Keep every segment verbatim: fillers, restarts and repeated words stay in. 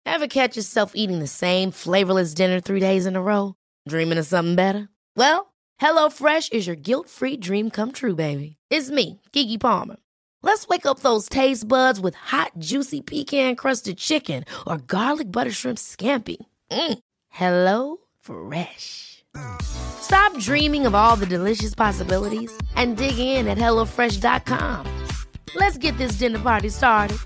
Ever catch yourself eating the same flavorless dinner three days in a row? Dreaming of something better? Well, HelloFresh is your guilt-free dream come true, baby. It's me, Keke Palmer. Let's wake up those taste buds with hot, juicy pecan-crusted chicken or garlic butter shrimp scampi. Mm. Hello Fresh. Stop dreaming of all the delicious possibilities and dig in at hello fresh dot com. Let's get this dinner party started.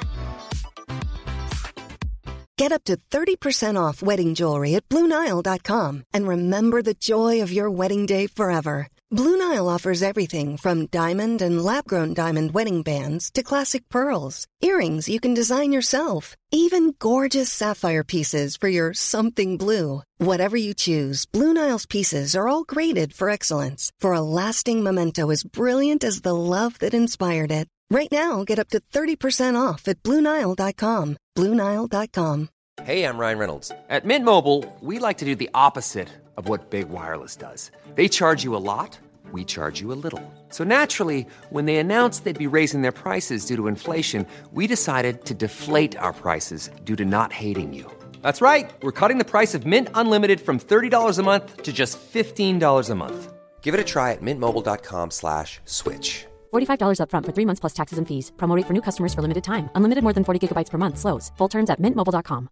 Get up to thirty percent off wedding jewelry at blue nile dot com and remember the joy of your wedding day forever. Blue Nile offers everything from diamond and lab-grown diamond wedding bands to classic pearls, earrings you can design yourself, even gorgeous sapphire pieces for your something blue. Whatever you choose, Blue Nile's pieces are all graded for excellence, for a lasting memento as brilliant as the love that inspired it. Right now, get up to thirty percent off at blue nile dot com. blue nile dot com. Hey, I'm Ryan Reynolds. At Mint Mobile, we like to do the opposite of what Big Wireless does. They charge you a lot, we charge you a little. So naturally, when they announced they'd be raising their prices due to inflation, we decided to deflate our prices due to not hating you. That's right. We're cutting the price of Mint Unlimited from thirty dollars a month to just fifteen dollars a month. Give it a try at mintmobile.com slash switch. forty-five dollars up front for three months plus taxes and fees. Promo rate for new customers for limited time. Unlimited more than forty gigabytes per month. Slows full terms at mint mobile dot com.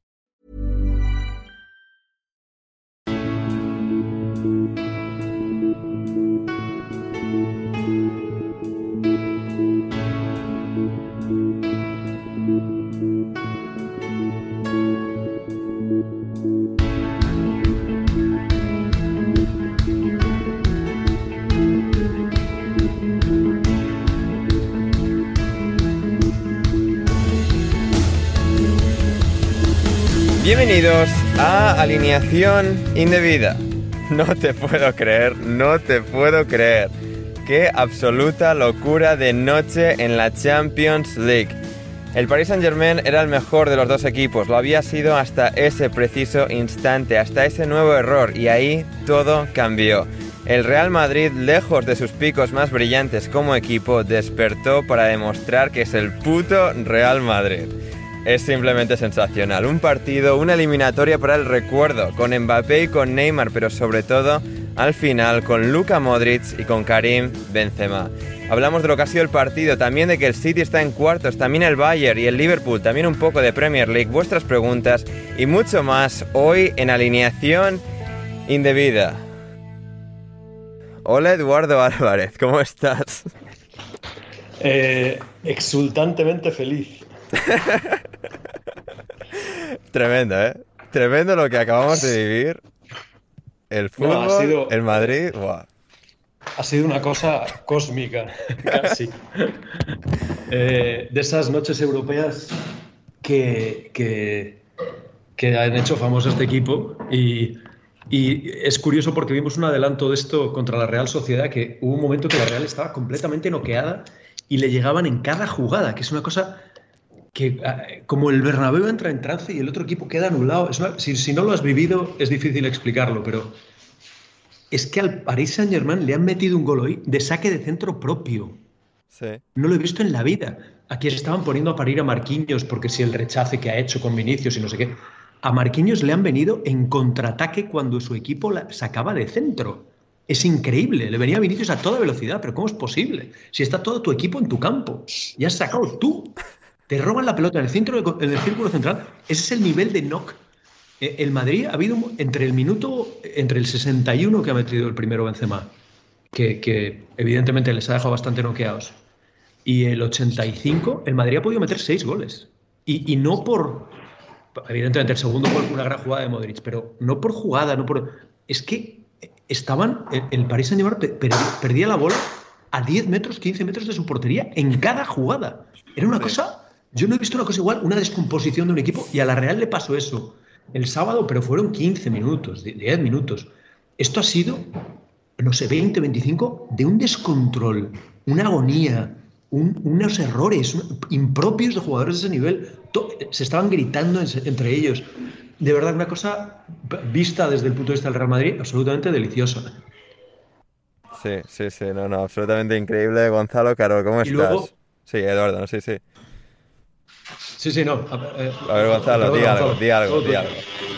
Bienvenidos a Alineación Indebida. No te puedo creer, no te puedo creer. Qué absoluta locura de noche en la Champions League. El Paris Saint-Germain era el mejor de los dos equipos, lo había sido hasta ese preciso instante, hasta ese nuevo error, y ahí todo cambió. El Real Madrid, lejos de sus picos más brillantes como equipo, despertó para demostrar que es el puto Real Madrid. Es simplemente sensacional, un partido, una eliminatoria para el recuerdo, con Mbappé y con Neymar, pero sobre todo, al final, con Luka Modric y con Karim Benzema. Hablamos de lo que ha sido el partido, también de que el City está en cuartos, también el Bayern y el Liverpool, también un poco de Premier League, vuestras preguntas y mucho más hoy en Alineación Indebida. Hola Eduardo Álvarez, ¿cómo estás? Eh, exultantemente feliz. Tremendo, ¿eh? Tremendo lo que acabamos de vivir. El fútbol, no, ha sido, el Madrid, ¡buah! Ha sido una cosa cósmica, casi. eh, de esas noches europeas que, que, que han hecho famoso este equipo. Y, y es curioso porque vimos un adelanto de esto contra la Real Sociedad, que hubo un momento que la Real estaba completamente noqueada y le llegaban en cada jugada, que es una cosa... que como el Bernabéu entra en trance y el otro equipo queda anulado. Es una, si, si no lo has vivido es difícil explicarlo, pero es que al Paris Saint-Germain le han metido un gol hoy de saque de centro propio. Sí. No lo he visto en la vida. Aquí estaban poniendo a parir a Marquinhos porque si el rechace que ha hecho con Vinicius y no sé qué. A Marquinhos le han venido en contraataque cuando su equipo la sacaba de centro. Es increíble. Le venía a Vinicius a toda velocidad, pero ¿cómo es posible? Si está todo tu equipo en tu campo y has sacado tú. Te roban la pelota en el centro, en el círculo central. Ese es el nivel de knock. El Madrid ha habido entre el minuto, entre el sesenta y uno que ha metido el primero Benzema, que, que evidentemente les ha dejado bastante noqueados, y el ochenta y cinco, el Madrid ha podido meter seis goles. Y, y no por... Evidentemente el segundo gol fue una gran jugada de Modric, pero no por jugada, no por... Es que estaban... El Paris Saint-Germain perdía la bola a diez metros, quince metros de su portería en cada jugada. Era una cosa... Yo no he visto una cosa igual, una descomposición de un equipo, y a la Real le pasó eso el sábado, pero fueron quince minutos, diez minutos. Esto ha sido, no sé, veinte, veinticinco, de un descontrol, una agonía, un, unos errores un, impropios de jugadores de ese nivel. To, se estaban gritando en, entre ellos. De verdad, una cosa vista desde el punto de vista del Real Madrid, absolutamente deliciosa. Sí, sí, sí, no, no, absolutamente increíble. Gonzalo, Caro, ¿cómo estás? Y luego, sí, Eduardo, sí, sí. Sí, sí, no. A, eh, a ver, Gonzalo, perdón, di algo, Gonzalo. di algo, Oh, di algo.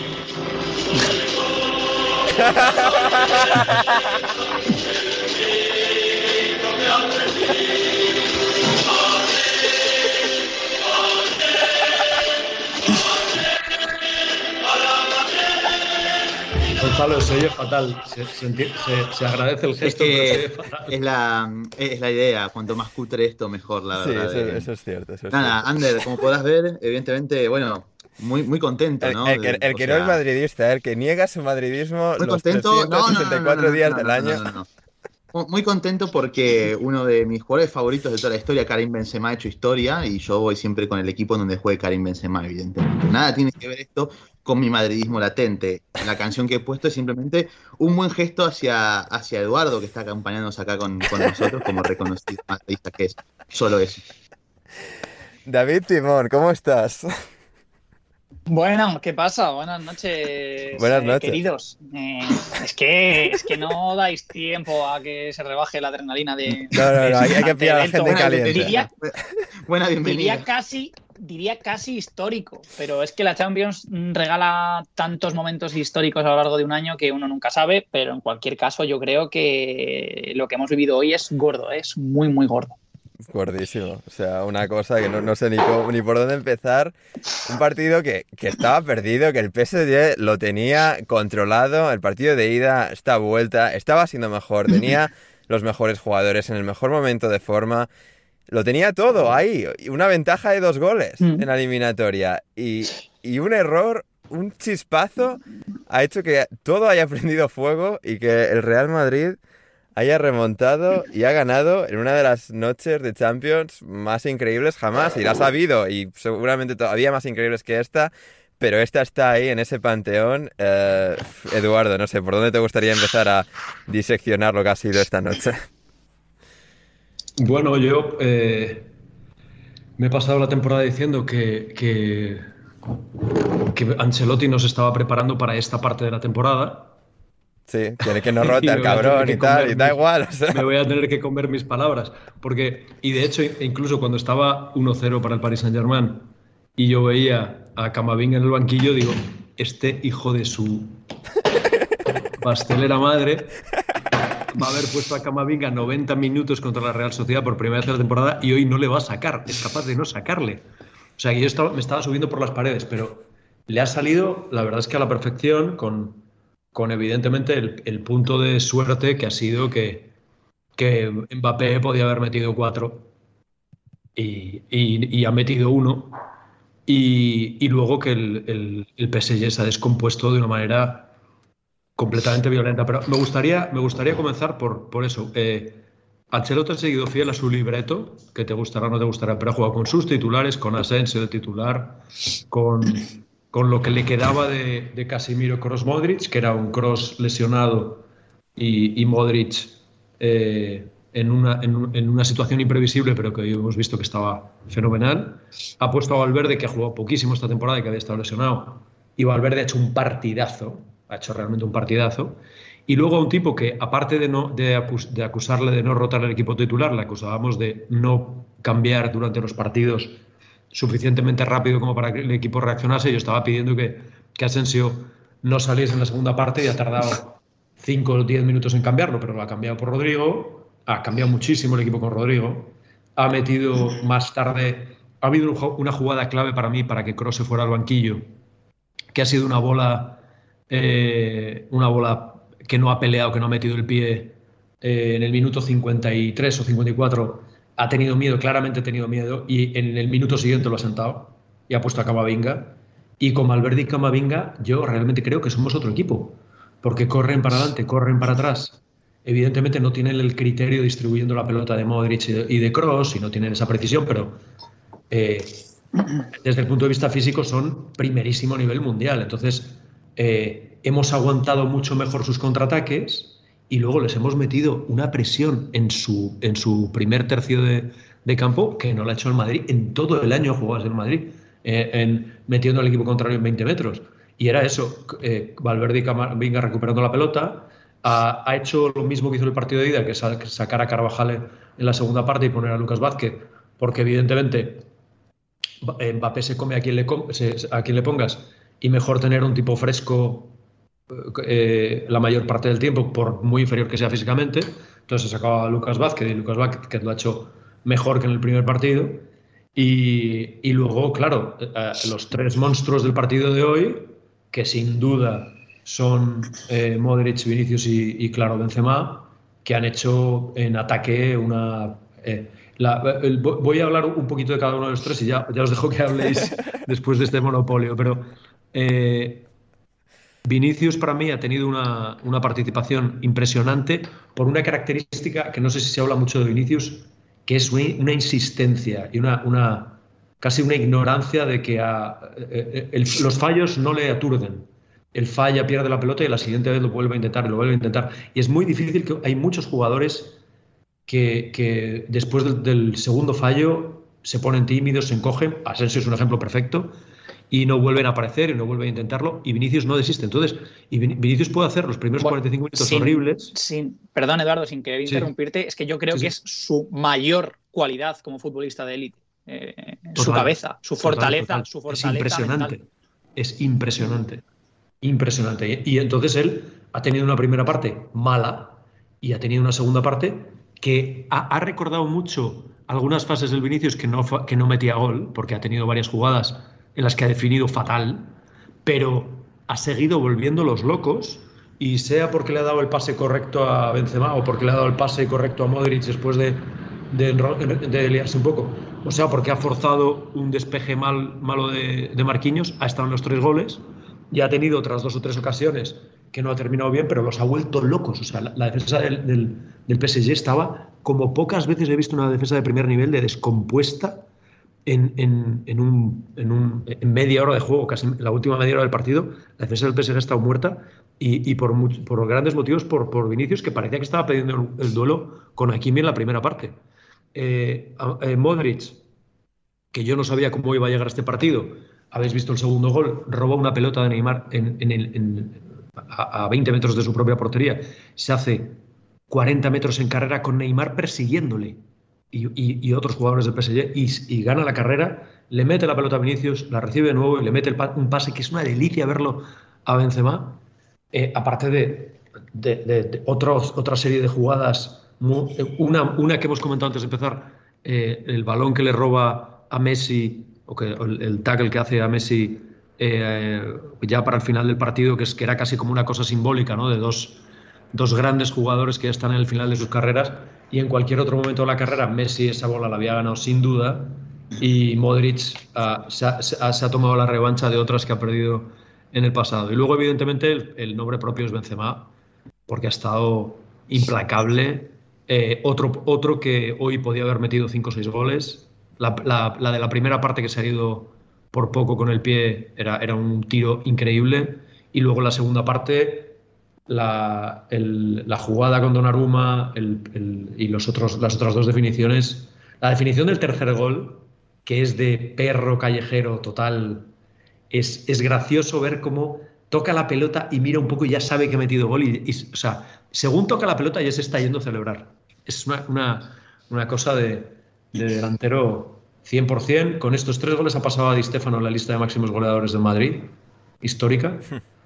Gonzalo, se oye fatal. Se, se, enti- se, se agradece el Es gesto, pero se oye que fatal. es la, es la idea. Cuanto más cutre esto, mejor, la Sí, verdad. eso, eh. eso es cierto. Eso es Nada, cierto. Ander, como podrás ver, evidentemente, bueno, muy, muy contento, El, ¿no? el que, el O que sea, no es madridista, el que niega su madridismo muy los contento. No, no, no, no, trescientos sesenta y no, cuatro no, no, días no, del no, año. no, no, no. Muy contento porque uno de mis jugadores favoritos de toda la historia, Karim Benzema, ha hecho historia y yo voy siempre con el equipo en donde juegue Karim Benzema, evidentemente. Nada tiene que ver esto con mi madridismo latente. La canción que he puesto es simplemente un buen gesto hacia, hacia Eduardo, que está acompañándonos acá con, con nosotros como reconocido madridista que es. Solo eso. David Timón, ¿cómo estás? Bueno, ¿qué pasa? Buenas noches, Buenas eh, noches. queridos. Eh, es que es que no dais tiempo a que se rebaje la adrenalina de. No, no, de no, hay, hay que semejante pillar a la evento. gente en caliente. Diría, Buena bienvenida. diría casi, diría casi histórico, pero es que la Champions regala tantos momentos históricos a lo largo de un año que uno nunca sabe, pero en cualquier caso yo creo que lo que hemos vivido hoy es gordo, es muy, muy gordo. Gordísimo. O sea, una cosa que no, no sé ni, cómo, ni por dónde empezar. Un partido que, que estaba perdido, que el P S G lo tenía controlado. El partido de ida, esta vuelta, estaba siendo mejor. Tenía los mejores jugadores en el mejor momento de forma. Lo tenía todo ahí. Una ventaja de dos goles Mm. en la eliminatoria. Y, y un error, un chispazo, ha hecho que todo haya prendido fuego y que el Real Madrid haya remontado y ha ganado en una de las noches de Champions más increíbles jamás. Y la ha sabido, y seguramente todavía más increíbles que esta, pero esta está ahí en ese panteón. Eh, Eduardo, no sé, ¿por dónde te gustaría empezar a diseccionar lo que ha sido esta noche? Bueno, yo eh, me he pasado la temporada diciendo que, que, que Ancelotti nos estaba preparando para esta parte de la temporada. Sí, tiene que no rota Y el me voy a tener cabrón que y tal, comer y da mis- igual. O sea. Me voy a tener que comer mis palabras. Porque, y de hecho, incluso cuando estaba uno cero para el Paris Saint-Germain y yo veía a Camavinga en el banquillo, digo, este hijo de su pastelera madre va a haber puesto a Camavinga noventa minutos contra la Real Sociedad por primera vez en la temporada y hoy no le va a sacar, es capaz de no sacarle. O sea, que yo estaba, me estaba subiendo por las paredes, pero le ha salido, la verdad es que a la perfección, con, con evidentemente el, el punto de suerte que ha sido que, que Mbappé podía haber metido cuatro y, y, y ha metido uno. Y, y luego que el, el, el P S G se ha descompuesto de una manera completamente violenta. Pero me gustaría, me gustaría comenzar por, por eso. Eh, Ancelotti ha seguido fiel a su libreto, que te gustará o no te gustará, pero ha jugado con sus titulares, con Asensio de titular, con, con lo que le quedaba de, de Casemiro, Kroos, Modric, que era un Kroos lesionado y, y Modric eh, en, una, en, en una situación imprevisible, pero que hoy hemos visto que estaba fenomenal. Ha puesto a Valverde, que ha jugado poquísimo esta temporada y que había estado lesionado, y Valverde ha hecho un partidazo, ha hecho realmente un partidazo. Y luego a un tipo que, aparte de, no, de, acus, de acusarle de no rotar el equipo titular, le acusábamos de no cambiar durante los partidos suficientemente rápido como para que el equipo reaccionase. Yo estaba pidiendo que, que Asensio no saliese en la segunda parte y ha tardado cinco o diez minutos en cambiarlo, pero lo ha cambiado por Rodrigo. Ha cambiado muchísimo el equipo con Rodrigo. Ha metido más tarde... Ha habido una jugada clave para mí para que Kroos se fuera al banquillo, que ha sido una bola... Eh, una bola... que no ha peleado, que no ha metido el pie eh, en el minuto cincuenta y tres o cincuenta y cuatro, ha tenido miedo, claramente ha tenido miedo, y en el minuto siguiente lo ha sentado y ha puesto a Camavinga. Y con Valverde y Camavinga yo realmente creo que somos otro equipo, porque corren para adelante, corren para atrás. Evidentemente no tienen el criterio distribuyendo la pelota de Modric y de, y de Kroos, y no tienen esa precisión, pero eh, desde el punto de vista físico son primerísimo nivel mundial. Entonces eh, hemos aguantado mucho mejor sus contraataques y luego les hemos metido una presión en su, en su primer tercio de, de campo que no la ha hecho el Madrid en todo el año jugado en Madrid, eh, en, metiendo al equipo contrario en veinte metros. Y era eso, eh, Valverde y Camavinga recuperando la pelota. Ha, ha hecho lo mismo que hizo el partido de ida, que es sacar a Carvajal en la segunda parte y poner a Lucas Vázquez, porque evidentemente Mbappé se come a quien le, com se, a quien le pongas, y mejor tener un tipo fresco eh, la mayor parte del tiempo, por muy inferior que sea físicamente. Entonces se sacaba a Lucas Vázquez, y Lucas Vázquez lo ha hecho mejor que en el primer partido. Y, y luego, claro, eh, los tres monstruos del partido de hoy, que sin duda son eh, Modric, Vinicius y, y, claro, Benzema, que han hecho en ataque una... Eh, la, el, voy a hablar un poquito de cada uno de los tres y ya, ya os dejo que habléis después de este monopolio, pero eh, Vinicius para mí ha tenido una, una participación impresionante por una característica que no sé si se habla mucho de Vinicius, que es una insistencia y una, una casi una ignorancia de que a, eh, el, los fallos no le aturden. Él falla, pierde la pelota y la siguiente vez lo vuelve a intentar y lo vuelve a intentar. Y es muy difícil, que hay muchos jugadores que, que después del, del segundo fallo se ponen tímidos, se encogen. Asensio es un ejemplo perfecto. Y no vuelven a aparecer y no vuelven a intentarlo, y Vinicius no desiste. Entonces, y Vinicius puede hacer los primeros bueno, cuarenta y cinco minutos sin, horribles. Sin, perdón, Eduardo, sin querer interrumpirte, sí. Es que yo creo sí, que sí. es su mayor cualidad como futbolista de élite. Eh, su cabeza, su fortaleza, total, total. su fortaleza. Es impresionante. Mental. Es impresionante. Impresionante. Y, y entonces él ha tenido una primera parte mala y ha tenido una segunda parte que ha, ha recordado mucho algunas fases del Vinicius que no, que no metía gol, porque ha tenido varias jugadas en las que ha definido fatal, pero ha seguido volviéndolos locos, y sea porque le ha dado el pase correcto a Benzema o porque le ha dado el pase correcto a Modric después de, de, de liarse un poco, o sea, porque ha forzado un despeje mal, malo de, de Marquinhos, ha estado en los tres goles y ha tenido otras dos o tres ocasiones que no ha terminado bien, pero los ha vuelto locos. O sea, la, la defensa del, del, del P S G estaba, como pocas veces he visto una defensa de primer nivel, de descompuesta. En, en, en, un, en, un, en media hora de juego, casi la última media hora del partido, la defensa del P S G ha estado muerta, y, y por, por grandes motivos por, por Vinicius, que parecía que estaba pidiendo el, el duelo con Hakimi en la primera parte. Eh, eh, Modric, que yo no sabía cómo iba a llegar a este partido, habéis visto el segundo gol, roba una pelota de Neymar en, en el, en, a, a veinte metros de su propia portería, se hace cuarenta metros en carrera con Neymar persiguiéndole. Y, y, y otros jugadores del P S G, y, y gana la carrera, le mete la pelota a Vinicius, la recibe de nuevo y le mete el pa un pase que es una delicia verlo a Benzema, eh, aparte de, de, de, de otros, otra serie de jugadas, muy, una, una que hemos comentado antes de empezar, eh, el balón que le roba a Messi, o que, el, el tackle que hace a Messi eh, ya para el final del partido, que, es, que era casi como una cosa simbólica, ¿no? De dos, dos grandes jugadores que ya están en el final de sus carreras. Y en cualquier otro momento de la carrera, Messi esa bola la había ganado sin duda, y Modric uh, se, ha, se, ha, se ha tomado la revancha de otras que ha perdido en el pasado. Y luego, evidentemente, el, el nombre propio es Benzema, porque ha estado implacable. Eh, otro, otro que hoy podía haber metido cinco o seis goles. La, la, la de la primera parte, que se ha ido por poco con el pie, era, era un tiro increíble. Y luego la segunda parte... La, el, la jugada con Donnarumma el, el, y los otros, las otras dos definiciones. La definición del tercer gol, que es de perro callejero total, es, es gracioso ver cómo toca la pelota y mira un poco y ya sabe que ha metido gol. Y, y, o sea, según toca la pelota ya se está yendo a celebrar. Es una, una, una cosa de, de delantero cien por cien. Con estos tres goles ha pasado a Di Stéfano en la lista de máximos goleadores del Madrid, histórica.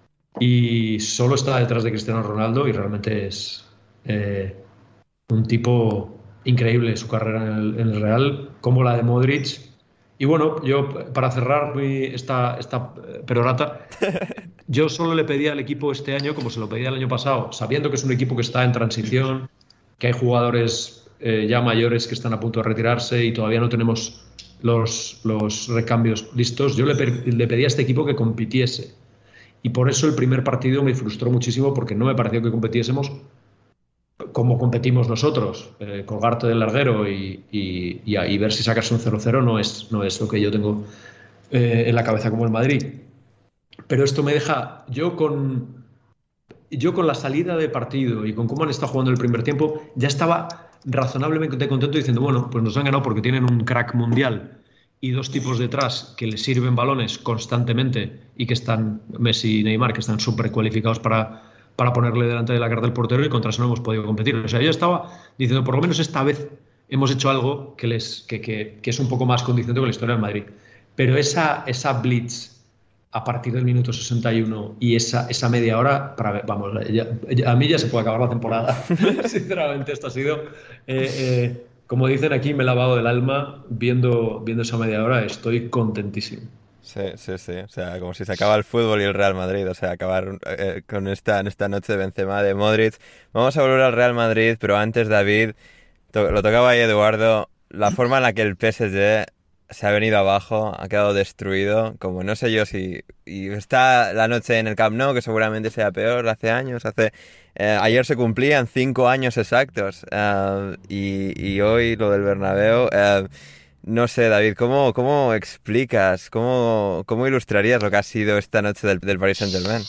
Y solo está detrás de Cristiano Ronaldo, y realmente es eh, un tipo increíble su carrera en el, en el Real, como la de Modric. Y bueno, yo para cerrar mi, esta, esta perorata, yo solo le pedí al equipo este año, como se lo pedía el año pasado, sabiendo que es un equipo que está en transición, que hay jugadores eh, ya mayores que están a punto de retirarse y todavía no tenemos los, los recambios listos, yo le, le pedí a este equipo que compitiese. Y por eso el primer partido me frustró muchísimo, porque no me pareció que competiésemos como competimos nosotros. Eh, colgarte del larguero y, y, y, y ver si sacas un cero cero no es, no es lo que yo tengo eh, en la cabeza como el Madrid. Pero esto me deja, yo con, yo con la salida de partido y con cómo han estado jugando el primer tiempo, ya estaba razonablemente contento diciendo, bueno, pues nos han ganado porque tienen un crack mundial y dos tipos detrás que les sirven balones constantemente, y que están, Messi y Neymar, que están súper cualificados para, para ponerle delante de la cara del portero, y contra eso no hemos podido competir. O sea, yo estaba diciendo, por lo menos esta vez hemos hecho algo que, les, que, que, que es un poco más condiciente con la historia del Madrid. pero esa, esa blitz a partir del minuto sesenta y uno y esa, esa media hora, para, vamos, ya, ya, a mí ya se puede acabar la temporada. Sinceramente, esto ha sido, eh, eh, como dicen aquí, me he lavado del alma viendo, viendo esa media hora, estoy contentísimo. Sí, sí, sí, o sea, como si se acaba el fútbol y el Real Madrid, o sea, acabar eh, con esta, en esta noche de Benzema, de Modric. Vamos a volver al Real Madrid, pero antes, David, to- lo tocaba ahí Eduardo, la forma en la que el P S G se ha venido abajo, ha quedado destruido, como no sé yo si... Y está la noche en el Camp Nou, que seguramente sea peor, hace años, hace... Eh, ayer se cumplían cinco años exactos, uh, y, y hoy lo del Bernabéu... Uh, no sé, David, ¿cómo, cómo explicas, cómo, cómo ilustrarías lo que ha sido esta noche del, del Paris Saint-Germain?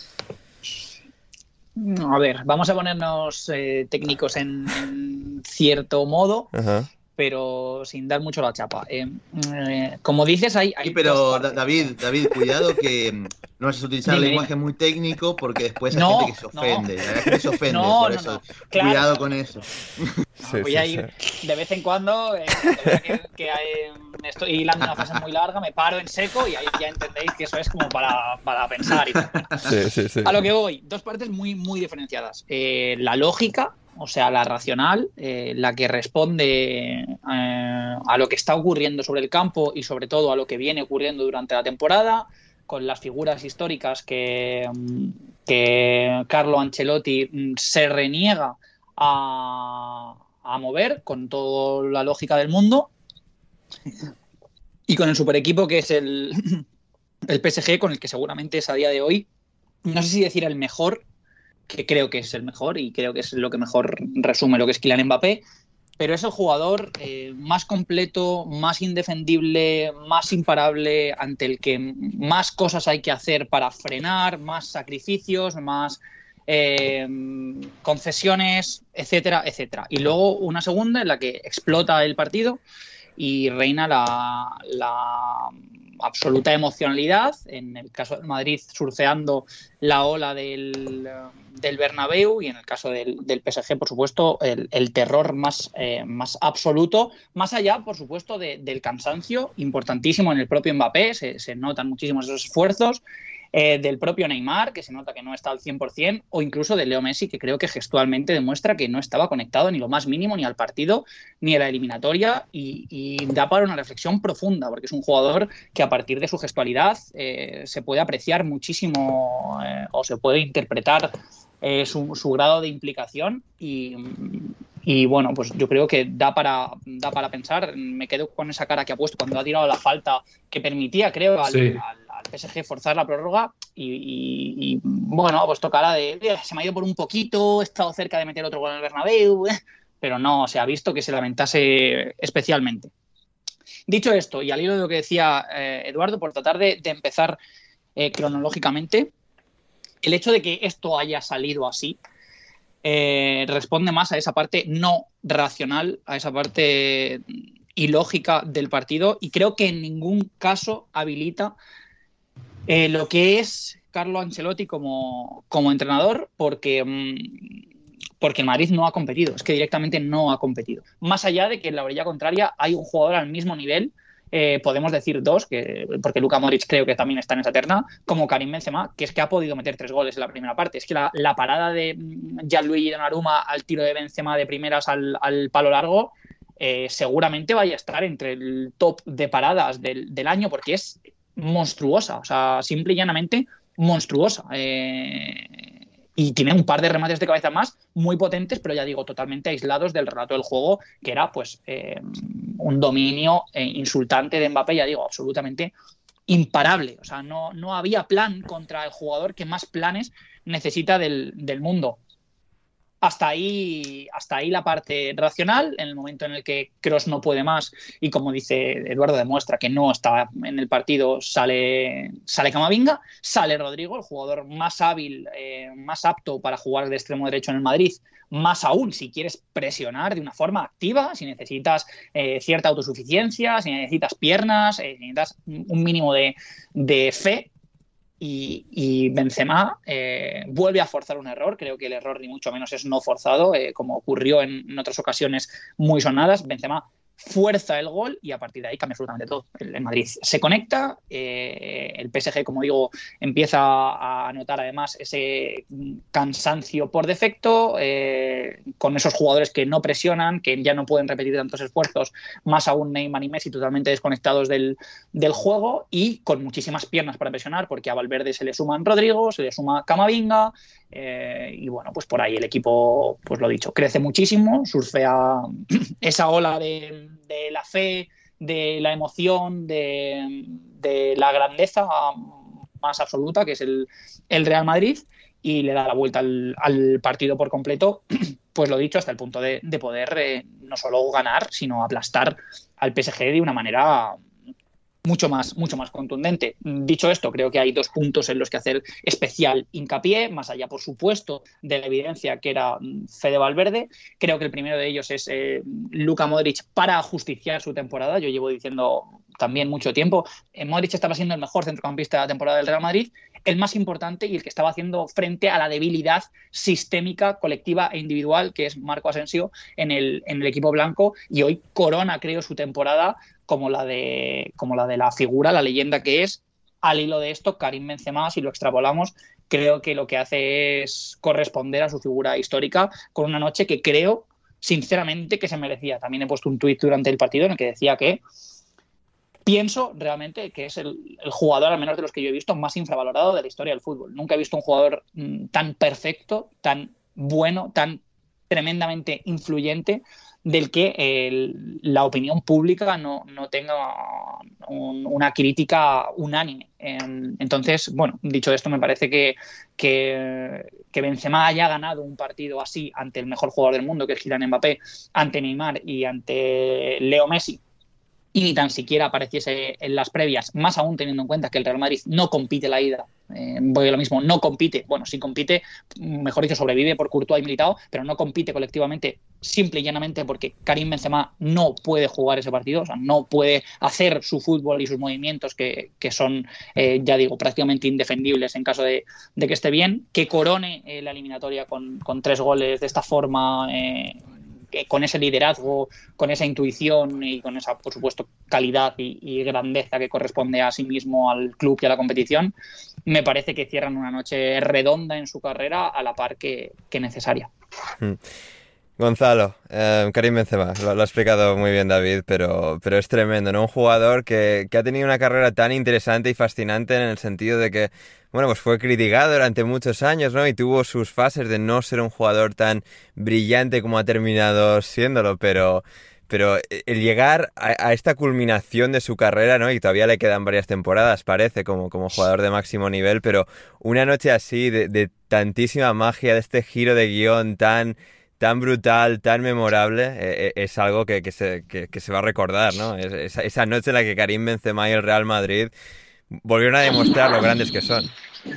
A ver, vamos a ponernos eh, técnicos en, en cierto modo, uh-huh. pero sin dar mucho la chapa. Eh, eh, como dices, hay... hay sí, pero David, David, cuidado que no vas a utilizar Dime. lenguaje muy técnico porque después hay no, gente que se ofende. No. La gente se ofende, no, por no, eso. No. Claro. Cuidado con eso. No, voy sí, a ir sí. de vez en cuando, eh, que, que hay, estoy hilando una frase muy larga, me paro en seco y ahí ya entendéis que eso es como para, para pensar. Y sí, sí, sí. A lo que voy, dos partes muy, muy diferenciadas. Eh, la lógica, o sea, la racional, eh, la que responde eh, a lo que está ocurriendo sobre el campo y sobre todo a lo que viene ocurriendo durante la temporada, con las figuras históricas que, que Carlo Ancelotti se reniega a, a mover, con toda la lógica del mundo, y con el super equipo que es el, el P S G, con el que seguramente es a día de hoy, no sé si decir el mejor, que creo que es el mejor y creo que es lo que mejor resume lo que es Kylian Mbappé, pero es el jugador eh, más completo, más indefendible, más imparable, ante el que más cosas hay que hacer para frenar, más sacrificios, más eh, concesiones, etcétera, etcétera. Y luego una segunda en la que explota el partido y reina la, la absoluta emocionalidad, en el caso del Madrid surfeando la ola del, del Bernabéu, y en el caso del, del P S G, por supuesto, el, el terror más, eh, más absoluto, más allá, por supuesto, de, del cansancio, importantísimo en el propio Mbappé, se, se notan muchísimos esos esfuerzos, eh, del propio Neymar, que se nota que no está al cien por ciento, o incluso de Leo Messi, que creo que gestualmente demuestra que no estaba conectado ni lo más mínimo ni al partido ni a la eliminatoria, y, y da para una reflexión profunda, porque es un jugador que a partir de su gestualidad eh, se puede apreciar muchísimo eh, o se puede interpretar eh, su, su grado de implicación, y, y bueno, pues yo creo que da para, da para pensar. Me quedo con esa cara que ha puesto cuando ha tirado la falta que permitía, creo, al, sí. al, al P S G forzar la prórroga, y, y, y bueno, pues cara de se me ha ido por un poquito, he estado cerca de meter otro gol en el Bernabéu, eh, pero no se ha visto que se lamentase especialmente. Dicho esto, y al hilo de lo que decía eh, Eduardo, por tratar de, de empezar eh, cronológicamente, el hecho de que esto haya salido así eh, responde más a esa parte no racional, a esa parte ilógica del partido, y creo que en ningún caso habilita eh, lo que es Carlo Ancelotti como, como entrenador, porque... Mmm, porque el Madrid no ha competido, es que directamente no ha competido. Más allá de que en la orilla contraria hay un jugador al mismo nivel, eh, podemos decir dos, que, porque Luka Modric creo que también está en esa terna, como Karim Benzema, que es que ha podido meter tres goles en la primera parte. Es que la, la parada de Gianluigi Donnarumma al tiro de Benzema de primeras al, al palo largo, eh, seguramente vaya a estar entre el top de paradas del, del año, porque es monstruosa, o sea, simple y llanamente monstruosa. Eh... Y tiene un par de remates de cabeza más muy potentes, pero ya digo, totalmente aislados del relato del juego, que era pues eh, un dominio eh, insultante de Mbappé, ya digo, absolutamente imparable. O sea, no, no había plan contra el jugador que más planes necesita del, del mundo. Hasta ahí, hasta ahí la parte racional. En el momento en el que Kroos no puede más y, como dice Eduardo, demuestra que no está en el partido, sale, sale Camavinga, sale Rodrigo, el jugador más hábil, eh, más apto para jugar de extremo derecho en el Madrid, más aún si quieres presionar de una forma activa, si necesitas eh, cierta autosuficiencia, si necesitas piernas, eh, si necesitas un mínimo de, de fe. Y, y Benzema eh, vuelve a forzar un error. Creo que el error ni mucho menos es no forzado, eh, como ocurrió en, en otras ocasiones muy sonadas. Benzema fuerza el gol y a partir de ahí cambia absolutamente todo. El, el Madrid se conecta, eh, el P S G, como digo, empieza a notar además ese cansancio por defecto, eh, con esos jugadores que no presionan, que ya no pueden repetir tantos esfuerzos, más aún Neymar y Messi totalmente desconectados del, del juego y con muchísimas piernas para presionar, porque a Valverde se le suman Rodrigo, se le suma Camavinga, eh, y bueno, pues por ahí el equipo, pues lo dicho, crece muchísimo, surfea esa ola de, de la fe, de la emoción, de, de la grandeza más absoluta, que es el, el Real Madrid, y le da la vuelta al, al partido por completo, pues lo dicho, hasta el punto de, de poder eh, no solo ganar, sino aplastar al P S G de una manera mucho más, mucho más contundente. Dicho esto, creo que hay dos puntos en los que hacer especial hincapié, más allá, por supuesto, de la evidencia que era Fede Valverde. Creo que el primero de ellos es eh, Luka Modric para justiciar su temporada. Yo llevo diciendo también mucho tiempo, eh, Modric estaba siendo el mejor centrocampista de la temporada del Real Madrid, el más importante y el que estaba haciendo frente a la debilidad sistémica, colectiva e individual que es Marco Asensio en el, en el equipo blanco, y hoy corona, creo, su temporada como la de como la de la figura, la leyenda que es. Al hilo de esto, Karim Benzema, si lo extrapolamos, creo que lo que hace es corresponder a su figura histórica con una noche que creo, sinceramente, que se merecía. También he puesto un tuit durante el partido en el que decía que pienso realmente que es el, el jugador, al menos de los que yo he visto, más infravalorado de la historia del fútbol. Nunca he visto un jugador mmm, tan perfecto, tan bueno, tan tremendamente influyente, del que el, la opinión pública no, no tenga un, una crítica unánime. Eh, entonces, bueno, dicho esto, me parece que, que, que Benzema haya ganado un partido así ante el mejor jugador del mundo, que es Kylian Mbappé, ante Neymar y ante Leo Messi, y ni tan siquiera apareciese en las previas, más aún teniendo en cuenta que el Real Madrid no compite la ida, eh, voy a lo mismo, no compite, bueno, sí compite, mejor dicho, sobrevive por Courtois y Militao, pero no compite colectivamente, simple y llanamente porque Karim Benzema no puede jugar ese partido, o sea, no puede hacer su fútbol y sus movimientos que, que son, eh, ya digo, prácticamente indefendibles en caso de, de que esté bien, que corone eh, la eliminatoria con, con tres goles de esta forma, eh, con ese liderazgo, con esa intuición y con esa, por supuesto, calidad y, y grandeza que corresponde a sí mismo al club y a la competición, me parece que cierran una noche redonda en su carrera a la par que, que necesaria. Hmm. Gonzalo, eh, Karim Benzema, lo, lo ha explicado muy bien David, pero, pero es tremendo, ¿no? Un jugador que, que ha tenido una carrera tan interesante y fascinante en el sentido de que, bueno, pues fue criticado durante muchos años, ¿no? Y tuvo sus fases de no ser un jugador tan brillante como ha terminado siéndolo, pero, pero el llegar a, a esta culminación de su carrera, ¿no? Y todavía le quedan varias temporadas, parece, como, como jugador de máximo nivel, pero una noche así de, de tantísima magia, de este giro de guión tan... tan brutal, tan memorable, eh, es algo que, que, se, que, que se va a recordar, ¿no? Es, esa, esa noche en la que Karim Benzema y el Real Madrid volvieron a demostrar lo grandes que son.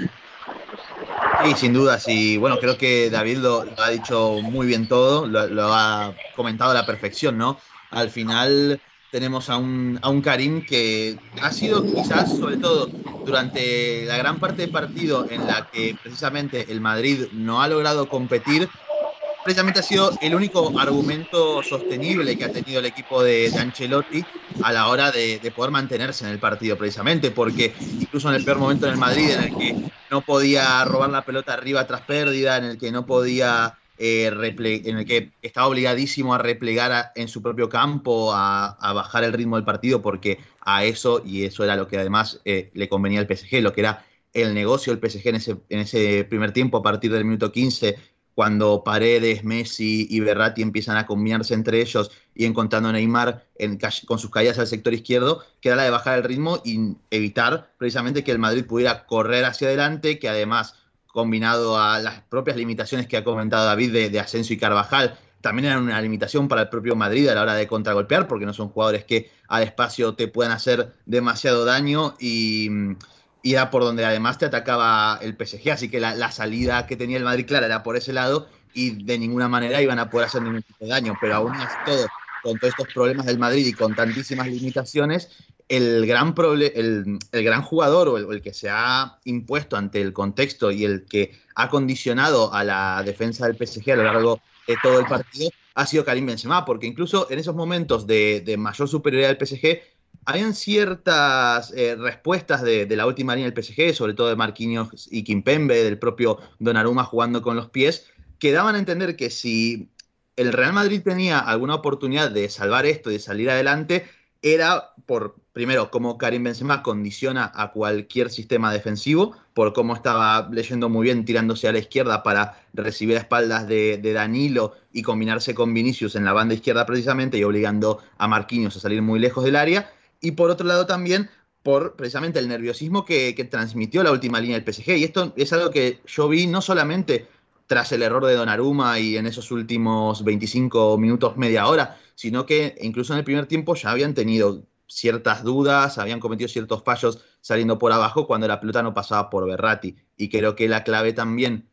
Sí, sin duda, sí. Bueno, creo que David lo, lo ha dicho muy bien todo, lo, lo ha comentado a la perfección, ¿no? Al final tenemos a un, a un Karim que ha sido quizás, sobre todo, durante la gran parte del partido en la que precisamente el Madrid no ha logrado competir, precisamente ha sido el único argumento sostenible que ha tenido el equipo de, de Ancelotti a la hora de, de poder mantenerse en el partido, precisamente, porque incluso en el peor momento en el Madrid, en el que no podía robar la pelota arriba tras pérdida, en el que no podía, eh, reple- en el que estaba obligadísimo a replegar a, en su propio campo, a, a bajar el ritmo del partido, porque a eso, y eso era lo que además eh, le convenía al P S G, lo que era el negocio del P S G en ese, en ese primer tiempo, a partir del minuto quince, cuando Paredes, Messi y Verratti empiezan a combinarse entre ellos y encontrando a Neymar en, con sus caídas al sector izquierdo, que era la de bajar el ritmo y evitar precisamente que el Madrid pudiera correr hacia adelante, que además, combinado a las propias limitaciones que ha comentado David de, de Asensio y Carvajal, también eran una limitación para el propio Madrid a la hora de contragolpear, porque no son jugadores que al espacio te puedan hacer demasiado daño y... y era por donde además te atacaba el P S G, así que la, la salida que tenía el Madrid clara era por ese lado y de ninguna manera iban a poder hacer ningún tipo de daño, pero aún así todo, con todos estos problemas del Madrid y con tantísimas limitaciones, el gran, proble- el, el gran jugador o el, el que se ha impuesto ante el contexto y el que ha condicionado a la defensa del P S G a lo largo de todo el partido ha sido Karim Benzema, porque incluso en esos momentos de, de mayor superioridad del P S G, habían ciertas eh, respuestas de, de la última línea del P S G, sobre todo de Marquinhos y Kimpembe, del propio Donnarumma jugando con los pies, que daban a entender que si el Real Madrid tenía alguna oportunidad de salvar esto y de salir adelante, era por, primero, cómo Karim Benzema condiciona a cualquier sistema defensivo, por cómo estaba leyendo muy bien, tirándose a la izquierda para recibir a espaldas de, de Danilo y combinarse con Vinicius en la banda izquierda precisamente y obligando a Marquinhos a salir muy lejos del área. Y por otro lado también por precisamente el nerviosismo que, que transmitió la última línea del P S G. Y esto es algo que yo vi no solamente tras el error de Donnarumma y en esos últimos veinticinco minutos, media hora, sino que incluso en el primer tiempo ya habían tenido ciertas dudas, habían cometido ciertos fallos saliendo por abajo cuando la pelota no pasaba por Verratti. Y creo que la clave también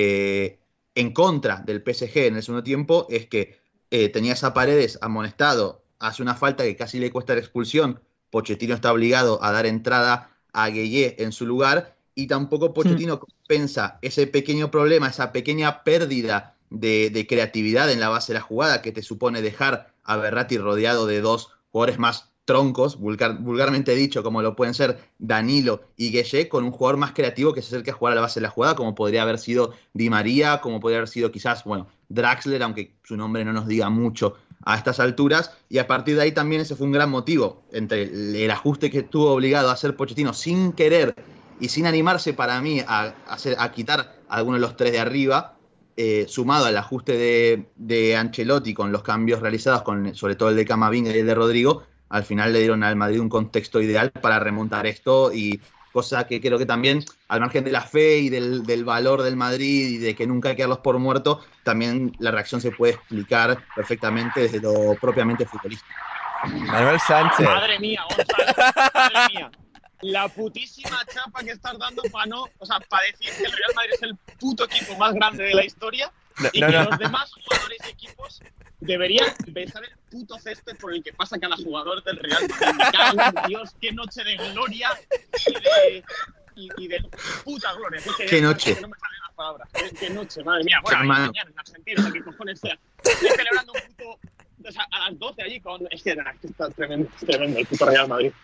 de en contra del P S G en el segundo tiempo es que eh, tenías a Paredes amonestado, hace una falta que casi le cuesta la expulsión, Pochettino está obligado a dar entrada a Gueye en su lugar, y tampoco Pochettino compensa ese pequeño problema, esa pequeña pérdida de, de creatividad en la base de la jugada que te supone dejar a Verratti rodeado de dos jugadores más troncos, vulgar, vulgarmente dicho, como lo pueden ser Danilo y Gueye, con un jugador más creativo que se acerque a jugar a la base de la jugada, como podría haber sido Di María, como podría haber sido quizás, bueno, Draxler, aunque su nombre no nos diga mucho a estas alturas, y a partir de ahí también ese fue un gran motivo, entre el, el ajuste que estuvo obligado a hacer Pochettino sin querer y sin animarse para mí a, a, hacer, a quitar a alguno de los tres de arriba, eh, sumado al ajuste de, de Ancelotti con los cambios realizados, con sobre todo el de Camavinga y el de Rodrigo, al final le dieron al Madrid un contexto ideal para remontar esto, y cosa que creo que también, al margen de la fe y del, del valor del Madrid y de que nunca hay que darlos por muerto, también la reacción se puede explicar perfectamente desde lo propiamente futbolístico. Manuel Sánchez. Madre mía, Gonzalo, madre mía. La putísima chapa que estás dando para no, o sea, para decir que el Real Madrid es el puto equipo más grande de la historia no, y no, que no. los demás jugadores y equipos deberían besar el puto césped por el que pasa cada jugador del Real Madrid. Me cago en Dios, qué noche de gloria y de, y, y de puta gloria. Es que, qué noche. Que no me salen las palabras. Qué, qué noche, madre mía. Bueno, Qué y mal. mañana en Argentina, o sea, que cojones sea. Estoy celebrando un puto, o sea, a las doce allí con... Es que, nah, es que está tremendo, tremendo el puto Real Madrid.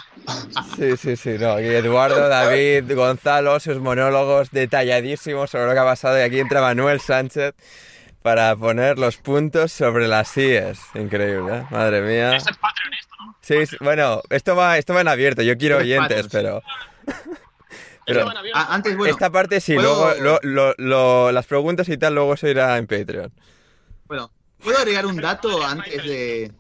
Sí, sí, sí, no, aquí Eduardo, David, Gonzalo, sus monólogos detalladísimos sobre lo que ha pasado, y aquí entra Manuel Sánchez para poner los puntos sobre las íes. Increíble, ¿eh? Madre mía. Ese es Patreon esto, ¿no? Sí, sí, bueno, esto va, esto va en abierto, yo quiero Es oyentes, Patreon, pero... pero Esto va en avión. Ah, antes, bueno, esta parte sí, ¿puedo- luego lo, lo, lo, las preguntas y tal luego se irá en Patreon. bueno, ¿puedo agregar un dato antes de...?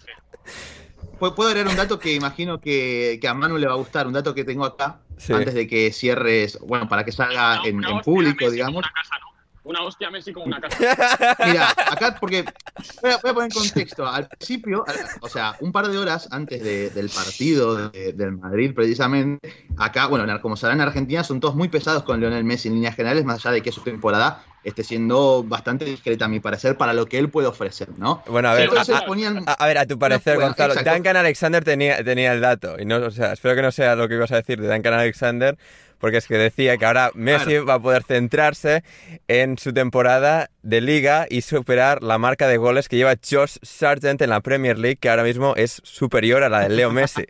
Puedo agregar un dato que imagino que, que a Manu le va a gustar, un dato que tengo acá, Sí. antes de que cierres, bueno, para que salga Una- en, una en hostia público, Messi digamos. Como una casa, ¿no? Una hostia Messi como una casa. Mira, acá, porque voy a, voy a poner en contexto. Al principio, al- o sea, un par de horas antes de- del partido de- del Madrid, precisamente, acá, bueno, como sabrán, en Argentina son todos muy pesados con Lionel Messi en líneas generales, más allá de que su temporada esté siendo bastante discreta, a mi parecer, para lo que él puede ofrecer, ¿no? Bueno, a ver, Entonces a, a- ponían- a- a ver, a tu parecer, Bueno, Gonzalo, exacto. Duncan Alexander tenía, tenía el dato, y no, o sea, espero que no sea lo que ibas a decir de Duncan Alexander, porque es que decía que ahora Messi Claro. va a poder centrarse en su temporada de Liga y superar la marca de goles que lleva Josh Sargent en la Premier League, que ahora mismo es superior a la de Leo Messi.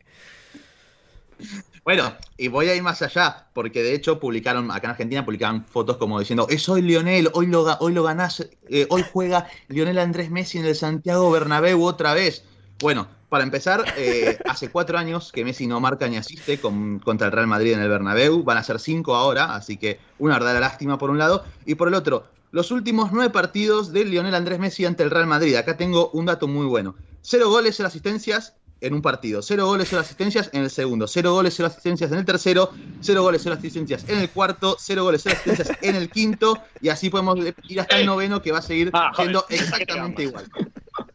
Bueno, y voy a ir más allá, porque de hecho publicaron, acá en Argentina publicaban fotos como diciendo, es hoy Lionel, hoy lo, ga- hoy lo ganás, eh, hoy juega Lionel Andrés Messi en el Santiago Bernabéu otra vez. Bueno, para empezar, eh, hace cuatro años que Messi no marca ni asiste con, contra el Real Madrid en el Bernabéu, van a ser cinco ahora, así que una verdadera lástima por un lado, y por el otro, los últimos nueve partidos de Lionel Andrés Messi ante el Real Madrid. Acá tengo un dato muy bueno, cero goles, cero asistencias en un partido, cero goles, cero asistencias en el segundo, cero goles, cero asistencias en el tercero, cero goles, cero asistencias en el cuarto, cero goles, cero asistencias en el quinto, y así podemos ir hasta el noveno, que va a seguir Ah, joder, siendo que te exactamente quedamos. igual.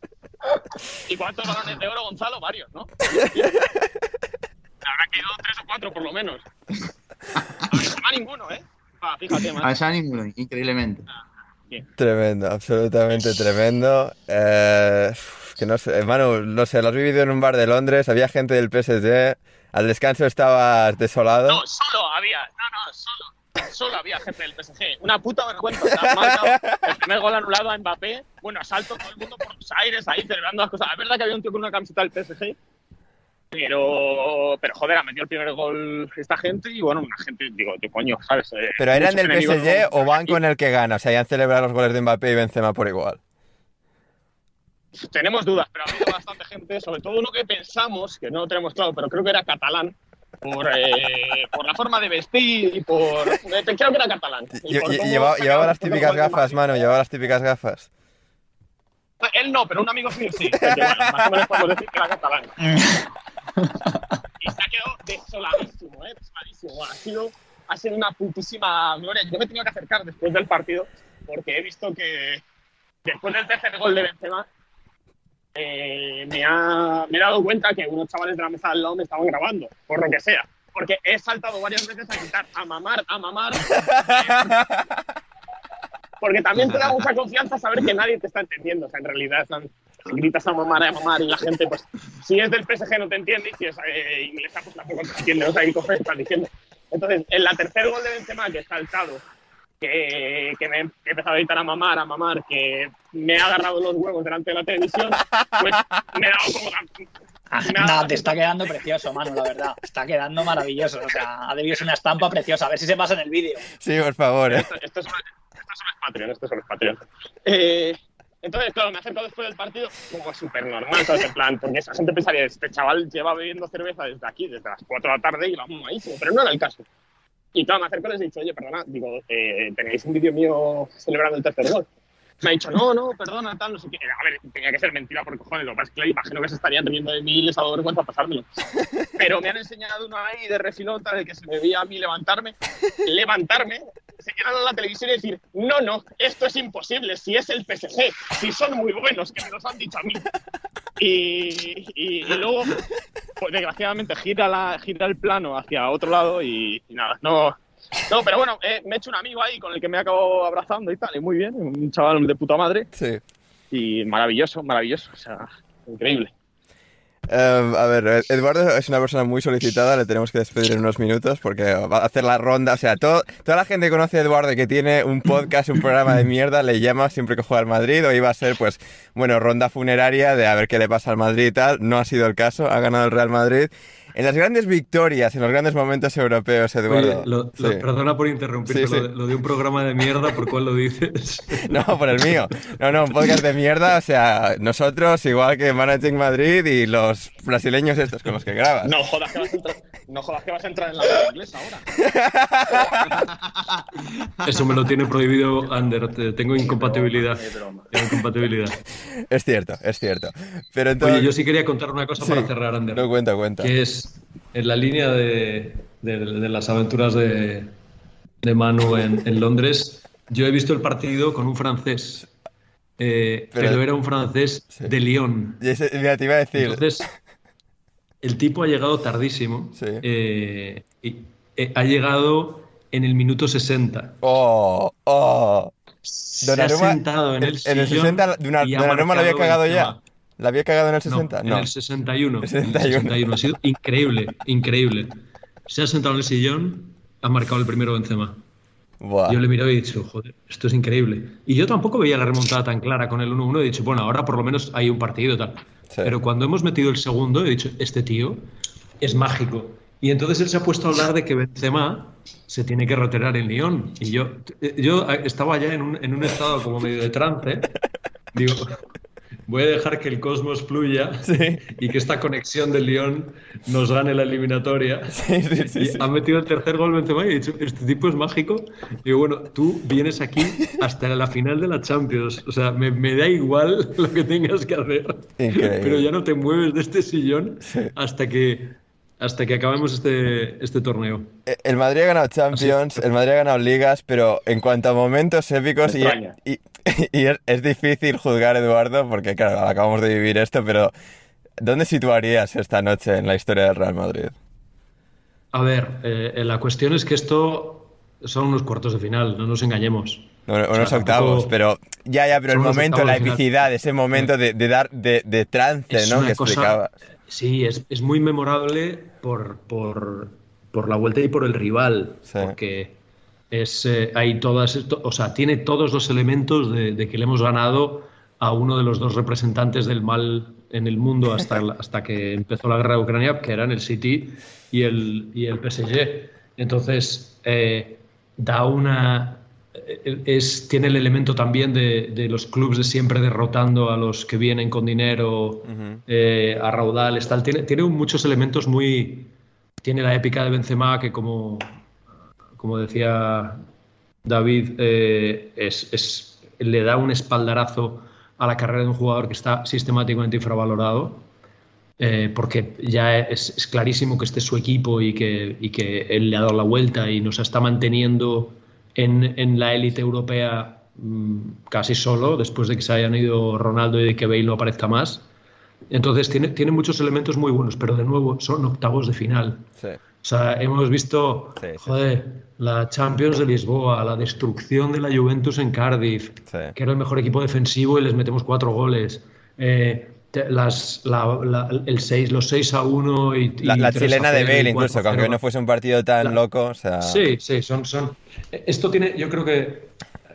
¿Y cuántos balones de oro, Gonzalo? Varios, ¿no? Habrá quedado tres o cuatro, por lo menos. A ver, no ninguno, ¿eh? Ah, fíjate, A man. ya ninguno, increíblemente. Tremendo, absolutamente tremendo. Eh, que no sé, Manu, no sé, lo has vivido en un bar de Londres, había gente del P S G, al descanso estabas desolado. No, solo había. No, no, solo. solo había gente del P S G. Una puta vergüenza. O sea, han marcado el primer gol anulado a Mbappé. Bueno, asalto todo el mundo por los aires ahí celebrando las cosas. Es verdad que había un tío con una camiseta del P S G, pero, pero joder, ha metido el primer gol esta gente y bueno, una gente, digo, tío, coño, ¿sabes? Eh, ¿Pero eran del P S G o van aquí. con el que gana? O sea, ya han celebrado los goles de Mbappé y Benzema por igual. Tenemos dudas, pero ha habido bastante gente, sobre todo uno que pensamos, que no lo tenemos claro, pero creo que era catalán, por, eh, por la forma de vestir y por... Eh, creo que era catalán. Y, y, llevaba, llevaba las típicas gafas, mano, llevaba las típicas gafas. Él no, pero un amigo mío sí. Que, bueno, más o menos podemos decir que era catalán. Y se ha quedado desoladísimo, ¿eh? Desoladísimo. Ha sido, ha sido una putísima gloria. Yo me he tenido que acercar después del partido porque he visto que después del tercer gol de Benzema eh, me, ha, me he dado cuenta que unos chavales de la mesa al lado me estaban grabando, por lo que sea. Porque he saltado varias veces a gritar a mamar, a mamar. Eh, Porque también te da mucha confianza saber que nadie te está entendiendo. O sea, en realidad están, gritas a mamar, a mamar y la gente, pues, si es del P S G no te entiende y si es eh, inglesa, pues tampoco te entiende. O sea, ¿qué coges estás diciendo? Entonces, en la tercer gol de Benzema, que he saltado, que, que me he empezado a gritar a mamar, a mamar, que me he agarrado los huevos delante de la televisión, pues me he dado como... Ah, nada, te está quedando precioso, Manu, la verdad. Está quedando maravilloso. O sea, ha debido ser una estampa preciosa. A ver si se pasa en el vídeo. Sí, por favor, ¿eh? Esto, esto, es, esto solo es Patreon, esto solo es Patreon. Eh, entonces, claro, me acerco después del partido como súper normal, ¿sabes? En plan, porque esa gente pensaría, este chaval lleva bebiendo cerveza desde aquí, desde las cuatro de la tarde y va mamadísimo, pero no era el caso. Y claro, me acerco y les he dicho, oye, perdona, digo, eh, tenéis un vídeo mío celebrando el tercer gol. Me ha dicho, no, no, perdona, tal, no sé qué. A ver, tenía que ser mentira por cojones. Lo que pasa es que le imagino que se estarían riendo de mí y les ha dado vergüenza pasármelo. Pero me han enseñado uno ahí de refilón, tal, de que se me veía a mí levantarme, levantarme, señalando la televisión y decir, no, no, esto es imposible, si es el P S G, si son muy buenos, que me los han dicho a mí. Y, y, y luego, pues desgraciadamente, gira, la, gira el plano hacia otro lado y, y nada, no... No, pero bueno, eh, me he hecho un amigo ahí con el que me acabo abrazando y tal, y muy bien, un chaval de puta madre. Sí. Y maravilloso, maravilloso, o sea, increíble. Um, a ver, Eduardo es una persona muy solicitada, le tenemos que despedir en unos minutos porque va a hacer la ronda, o sea, todo, toda la gente que conoce a Eduardo y que tiene un podcast, un programa de mierda, le llama siempre que juega al Madrid. Hoy va a ser, pues, bueno, ronda funeraria de a ver qué le pasa al Madrid y tal. No ha sido el caso, ha ganado el Real Madrid. En las grandes victorias, en los grandes momentos europeos, Eduardo. Oye, lo, sí. lo, perdona por interrumpirte, sí, sí. Lo, de, lo de un programa de mierda, ¿por cuál lo dices? No, por el mío. No, no, un podcast de mierda, o sea, nosotros, igual que Managing Madrid y los brasileños estos con los que grabas. No jodas que vas a entrar, no jodas que vas a entrar en la liga inglesa ahora. Eso me lo tiene prohibido Ander, tengo incompatibilidad. Tengo incompatibilidad. Es cierto, es cierto. Pero entonces... Oye, yo sí quería contar una cosa sí, para cerrar, Ander. No, cuenta, cuenta. Que es en la línea de, de, de las aventuras de, de Manu en, en Londres. Yo he visto el partido con un francés, eh, pero, pero era un francés sí. de Lyon. Y ese, mira, te iba a decir. Entonces, el tipo ha llegado tardísimo. Sí. Eh, y, eh, ha llegado en el minuto sesenta. ¡Oh! ¡Oh! Se Donnarumma, ha sentado en el, el sillón. En el sesenta, Donnarumma lo había cagado ya. ¿La había cagado en el sesenta? No, no. en el sesenta y uno. El sesenta y uno. En el sesenta y uno. Ha sido increíble, increíble. Se ha sentado en el sillón, ha marcado el primero Benzema. Buah. Yo le he mirado y he dicho, joder, esto es increíble. Y yo tampoco veía la remontada tan clara con el uno uno. He dicho, bueno, ahora por lo menos hay un partido tal. Sí. Pero cuando hemos metido el segundo, he dicho, este tío es mágico. Y entonces él se ha puesto a hablar de que Benzema se tiene que retirar en Lyon. Y yo, yo estaba ya en un, en un estado como medio de trance. Digo, voy a dejar que el cosmos fluya sí. y que esta conexión del Lyon nos gane la eliminatoria. Sí, sí, sí, y sí. ha metido el tercer gol Benzema y he dicho, este tipo es mágico. Y digo, bueno, tú vienes aquí hasta la final de la Champions. O sea, me, me da igual lo que tengas que hacer. Increíble. Pero ya no te mueves de este sillón sí. hasta que... Hasta que acabemos este, este torneo. El Madrid ha ganado Champions, el Madrid ha ganado Ligas, pero en cuanto a momentos épicos, y, y, y es, es difícil juzgar, Eduardo, porque claro, acabamos de vivir esto, pero ¿dónde situarías esta noche en la historia del Real Madrid? A ver, eh, la cuestión es que esto son unos cuartos de final, no nos engañemos. No, unos o sea, octavos, tampoco... pero ya, ya, pero el momento, la epicidad, ese momento de, de dar de, de trance, es ¿no? Que cosa... explicabas. Sí, es, es muy memorable por, por, por la vuelta y por el rival, sí. porque es, eh, hay todas, esto, o sea, tiene todos los elementos de, de que le hemos ganado a uno de los dos representantes del mal en el mundo hasta, hasta que empezó la guerra de Ucrania, que eran el City y el, y el P S G. Entonces, eh, da una... Es, tiene el elemento también de, de los clubes de siempre derrotando a los que vienen con dinero, uh-huh. eh, a raudales, tal. Tiene, tiene muchos elementos muy... Tiene la épica de Benzema, que como, como decía David, eh, es, es, le da un espaldarazo a la carrera de un jugador que está sistemáticamente infravalorado, eh, porque ya es, es clarísimo que este es su equipo y que, y que él le ha dado la vuelta y nos está manteniendo en, en la élite europea mmm, casi solo, después de que se hayan ido Ronaldo y de que Bale no aparezca más. Entonces tiene, tiene muchos elementos muy buenos, pero de nuevo son octavos de final. Sí. O sea, hemos visto, sí, sí, joder, sí. la Champions de Lisboa, la destrucción de la Juventus en Cardiff, sí. que era el mejor equipo defensivo y les metemos cuatro goles. Eh, las, la, la, el seis, los seis a uno y, y la, la chilena de Bale incluso, que aunque no fuese un partido tan la, loco, o sea... Sí, sí, son, son... Esto tiene, yo creo que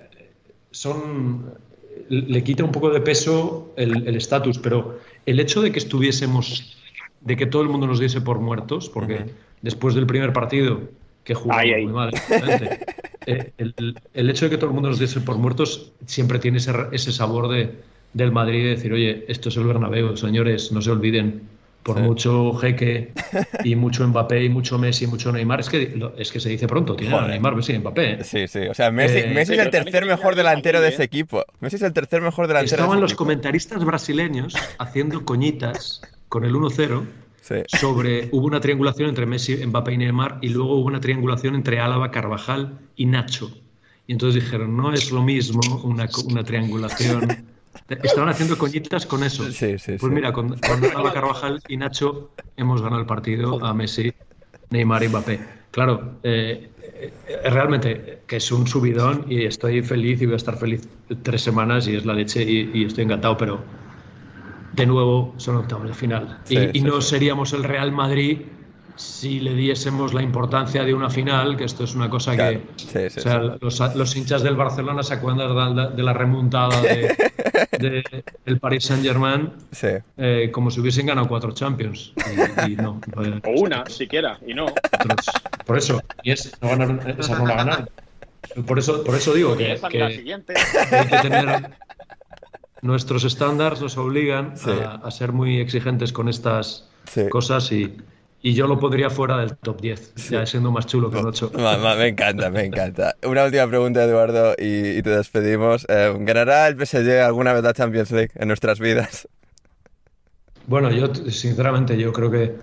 son... Le quita un poco de peso el estatus, pero el hecho de que estuviésemos, de que todo el mundo nos diese por muertos, porque uh-huh. después del primer partido, que jugamos muy mal, eh, el, el hecho de que todo el mundo nos diese por muertos siempre tiene ese, ese sabor de, del Madrid de decir, oye, esto es el Bernabéu, señores, no se olviden, por sí. mucho Jeque y mucho Mbappé y mucho Messi y mucho Neymar, es que, es que se dice pronto, tiene a Neymar, Messi y Mbappé. ¿eh? Sí, sí, o sea, Messi, eh, Messi es el tercer mejor delantero de ese equipo. Messi es el tercer mejor delantero Estaban de ese los equipo. Comentaristas brasileños haciendo coñitas con el uno cero sí. sobre... Hubo una triangulación entre Messi, Mbappé y Neymar y luego hubo una triangulación entre Álava, Carvajal y Nacho. Y entonces dijeron, no es lo mismo una, una triangulación... Estaban haciendo coñitas con eso. Sí, sí, pues sí. mira, con, con Álava, Carvajal y Nacho hemos ganado el partido a Messi, Neymar y Mbappé. Claro, eh, eh, realmente que es un subidón y estoy feliz y voy a estar feliz tres semanas y es la leche y, y estoy encantado, pero de nuevo son octavos de final. Sí, y, sí, y no sí. seríamos el Real Madrid si le diésemos la importancia de una final, que esto es una cosa claro. que... Sí, sí, o sea, sí. Los, los hinchas del Barcelona se acuerdan de, de la remontada de, de, del Paris Saint-Germain sí. eh, como si hubiesen ganado cuatro Champions. Y, y no. Eh, o una, siquiera, y no. Otros, por eso, y es, no ganaron, esa no la ganaron. Por eso, por eso digo que, que hay que tener... Nuestros estándares nos obligan sí. a, a ser muy exigentes con estas sí. cosas y... Y yo lo pondría fuera del top diez, sí. ya siendo más chulo que un ocho. Me encanta, me encanta. Una última pregunta, Eduardo, y, y te despedimos. Eh, ¿Ganará el P S G alguna vez la Champions League en nuestras vidas? Bueno, yo sinceramente yo creo que...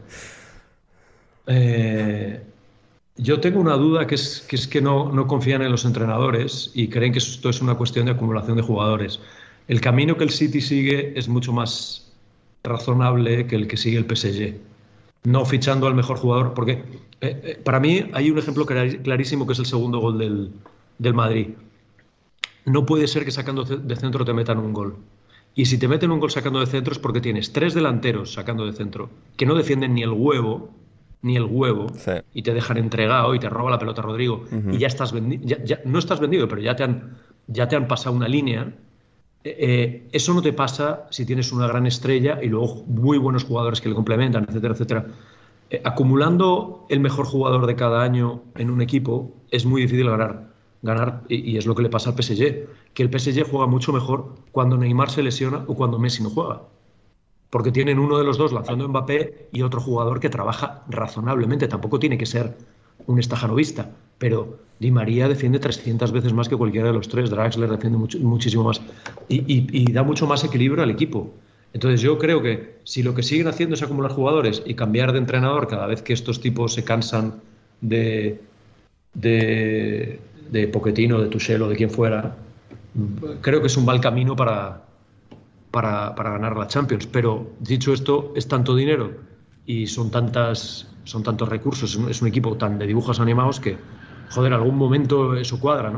Eh, yo tengo una duda que es que, es que no, no confían en los entrenadores y creen que esto es una cuestión de acumulación de jugadores. El camino que el City sigue es mucho más razonable que el que sigue el P S G. No fichando al mejor jugador, porque eh, eh, para mí hay un ejemplo clarísimo que es el segundo gol del, del Madrid. No puede ser que sacando de centro te metan un gol. Y si te meten un gol sacando de centro es porque tienes tres delanteros sacando de centro que no defienden ni el huevo, ni el huevo, sí. y te dejan entregado y te roba la pelota Rodrigo. Uh-huh. Y ya estás vendido, ya, ya, no estás vendido, pero ya te han, ya te han pasado una línea. Eh, eso no te pasa si tienes una gran estrella y luego muy buenos jugadores que le complementan, etcétera, etcétera. Eh, acumulando el mejor jugador de cada año en un equipo es muy difícil ganar, ganar y, y es lo que le pasa al P S G, que el P S G juega mucho mejor cuando Neymar se lesiona o cuando Messi no juega, porque tienen uno de los dos lanzando Mbappé y otro jugador que trabaja razonablemente. Tampoco tiene que ser un estajanovista, pero Di María defiende trescientas veces más que cualquiera de los tres, Draxler defiende mucho, muchísimo más y, y, y da mucho más equilibrio al equipo. Entonces yo creo que si lo que siguen haciendo es acumular jugadores y cambiar de entrenador cada vez que estos tipos se cansan de de, de Pochettino, de Tuchel o de quien fuera, creo que es un mal camino para, para, para ganar la Champions. Pero dicho esto, es tanto dinero y son tantas son tantos recursos, es un equipo tan de dibujos animados que, joder, algún momento eso cuadra, ¿no?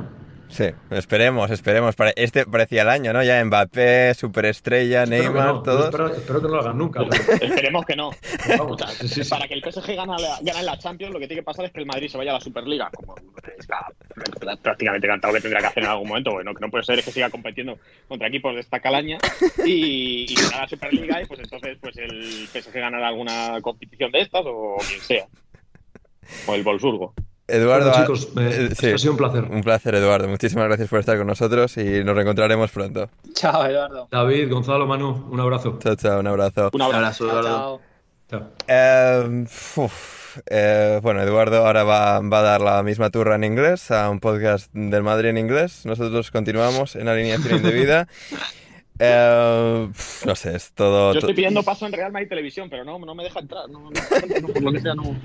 Sí, esperemos, esperemos. Este parecía el año, ¿no? Ya Mbappé, superestrella, espero Neymar, no, todos. Espero, espero que no lo hagan nunca. Pero... Esperemos que no. Vamos, sí, sí, sí. Para que el P S G gane la, gane la Champions, lo que tiene que pasar es que el Madrid se vaya a la Superliga, como está prácticamente cantado que tendrá que hacer en algún momento. Bueno, que no puede ser es que siga compitiendo contra equipos de esta calaña y, y gane la Superliga y pues entonces pues el P S G ganará alguna competición de estas o quien sea. O el Wolfsburgo. Eduardo, bueno, chicos, eh, sí, ha sido un placer. Un placer, Eduardo. Muchísimas gracias por estar con nosotros y nos reencontraremos pronto. Chao, Eduardo. David, Gonzalo, Manu, un abrazo. Chao, chao, un abrazo. Un abrazo, Chao, Eduardo. chao. Chao. Eh, uf, eh, bueno, Eduardo ahora va, va a dar la misma turra en inglés a un podcast del Madrid en inglés. Nosotros continuamos en alineación indebida. Eh, no sé, es todo... Yo estoy pidiendo paso en Real Madrid Televisión, pero no, no me deja entrar. No, no, no, por lo que sea, no.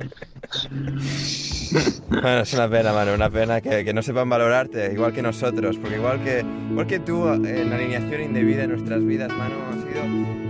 Bueno, es una pena, mano, una pena que, que no sepan valorarte, igual que nosotros, porque igual que, igual que tú, en la alineación indebida en nuestras vidas, mano, ha sido...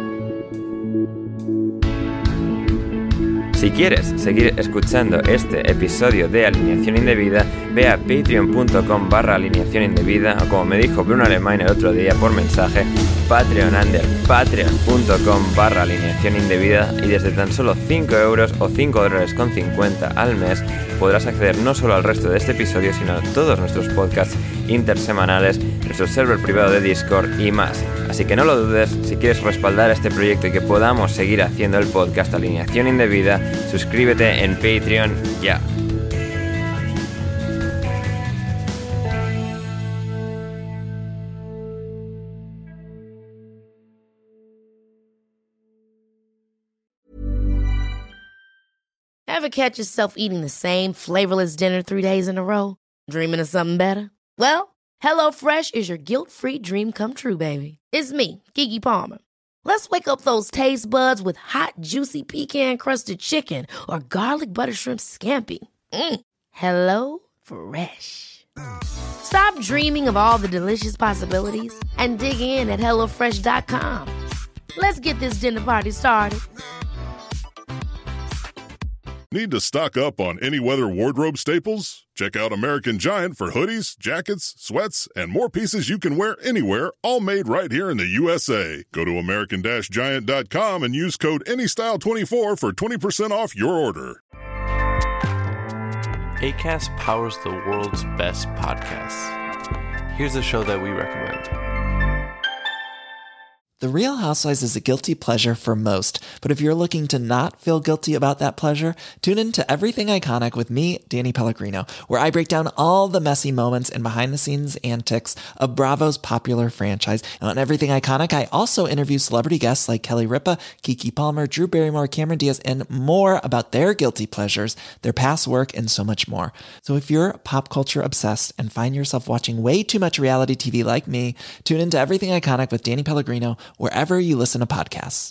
Si quieres seguir escuchando este episodio de Alineación Indebida, ve a patreon.com barra alineación indebida o como me dijo Bruno Alemán el otro día por mensaje, Patreon under patreon.com barra alineación indebida y desde tan solo cinco euros o cinco dólares con cincuenta al mes podrás acceder no solo al resto de este episodio sino a todos nuestros podcasts intersemanales, nuestro server privado de Discord y más. Así que no lo dudes, si quieres respaldar este proyecto y que podamos seguir haciendo el podcast Alineación Indebida, suscríbete en Patreon ya. Ever catch yourself eating the same flavorless dinner three days in a row? Dreaming of something better? Well, HelloFresh is your guilt-free dream come true, baby. It's me, Keke Palmer. Let's wake up those taste buds with hot, juicy pecan-crusted chicken or garlic butter shrimp scampi. Mm. Hello Fresh. Stop dreaming of all the delicious possibilities and dig in at hello fresh dot com. Let's get this dinner party started. Need to stock up on any weather wardrobe staples? Check out American Giant for hoodies, jackets, sweats, and more pieces you can wear anywhere, all made right here in the U S A. Go to american giant dot com and use code any style twenty-four for twenty percent off your order. Acast powers the world's best podcasts. Here's a show that we recommend. The Real Housewives is a guilty pleasure for most, but if you're looking to not feel guilty about that pleasure, tune in to Everything Iconic with me, Danny Pellegrino, where I break down all the messy moments and behind-the-scenes antics of Bravo's popular franchise. And on Everything Iconic, I also interview celebrity guests like Kelly Ripa, Keke Palmer, Drew Barrymore, Cameron Diaz, and more about their guilty pleasures, their past work, and so much more. So if you're pop culture obsessed and find yourself watching way too much reality T V like me, tune into Everything Iconic with Danny Pellegrino, wherever you listen to podcasts.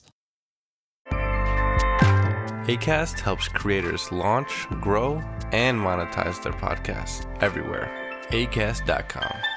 Acast helps creators launch, grow, and monetize their podcasts everywhere. acast dot com.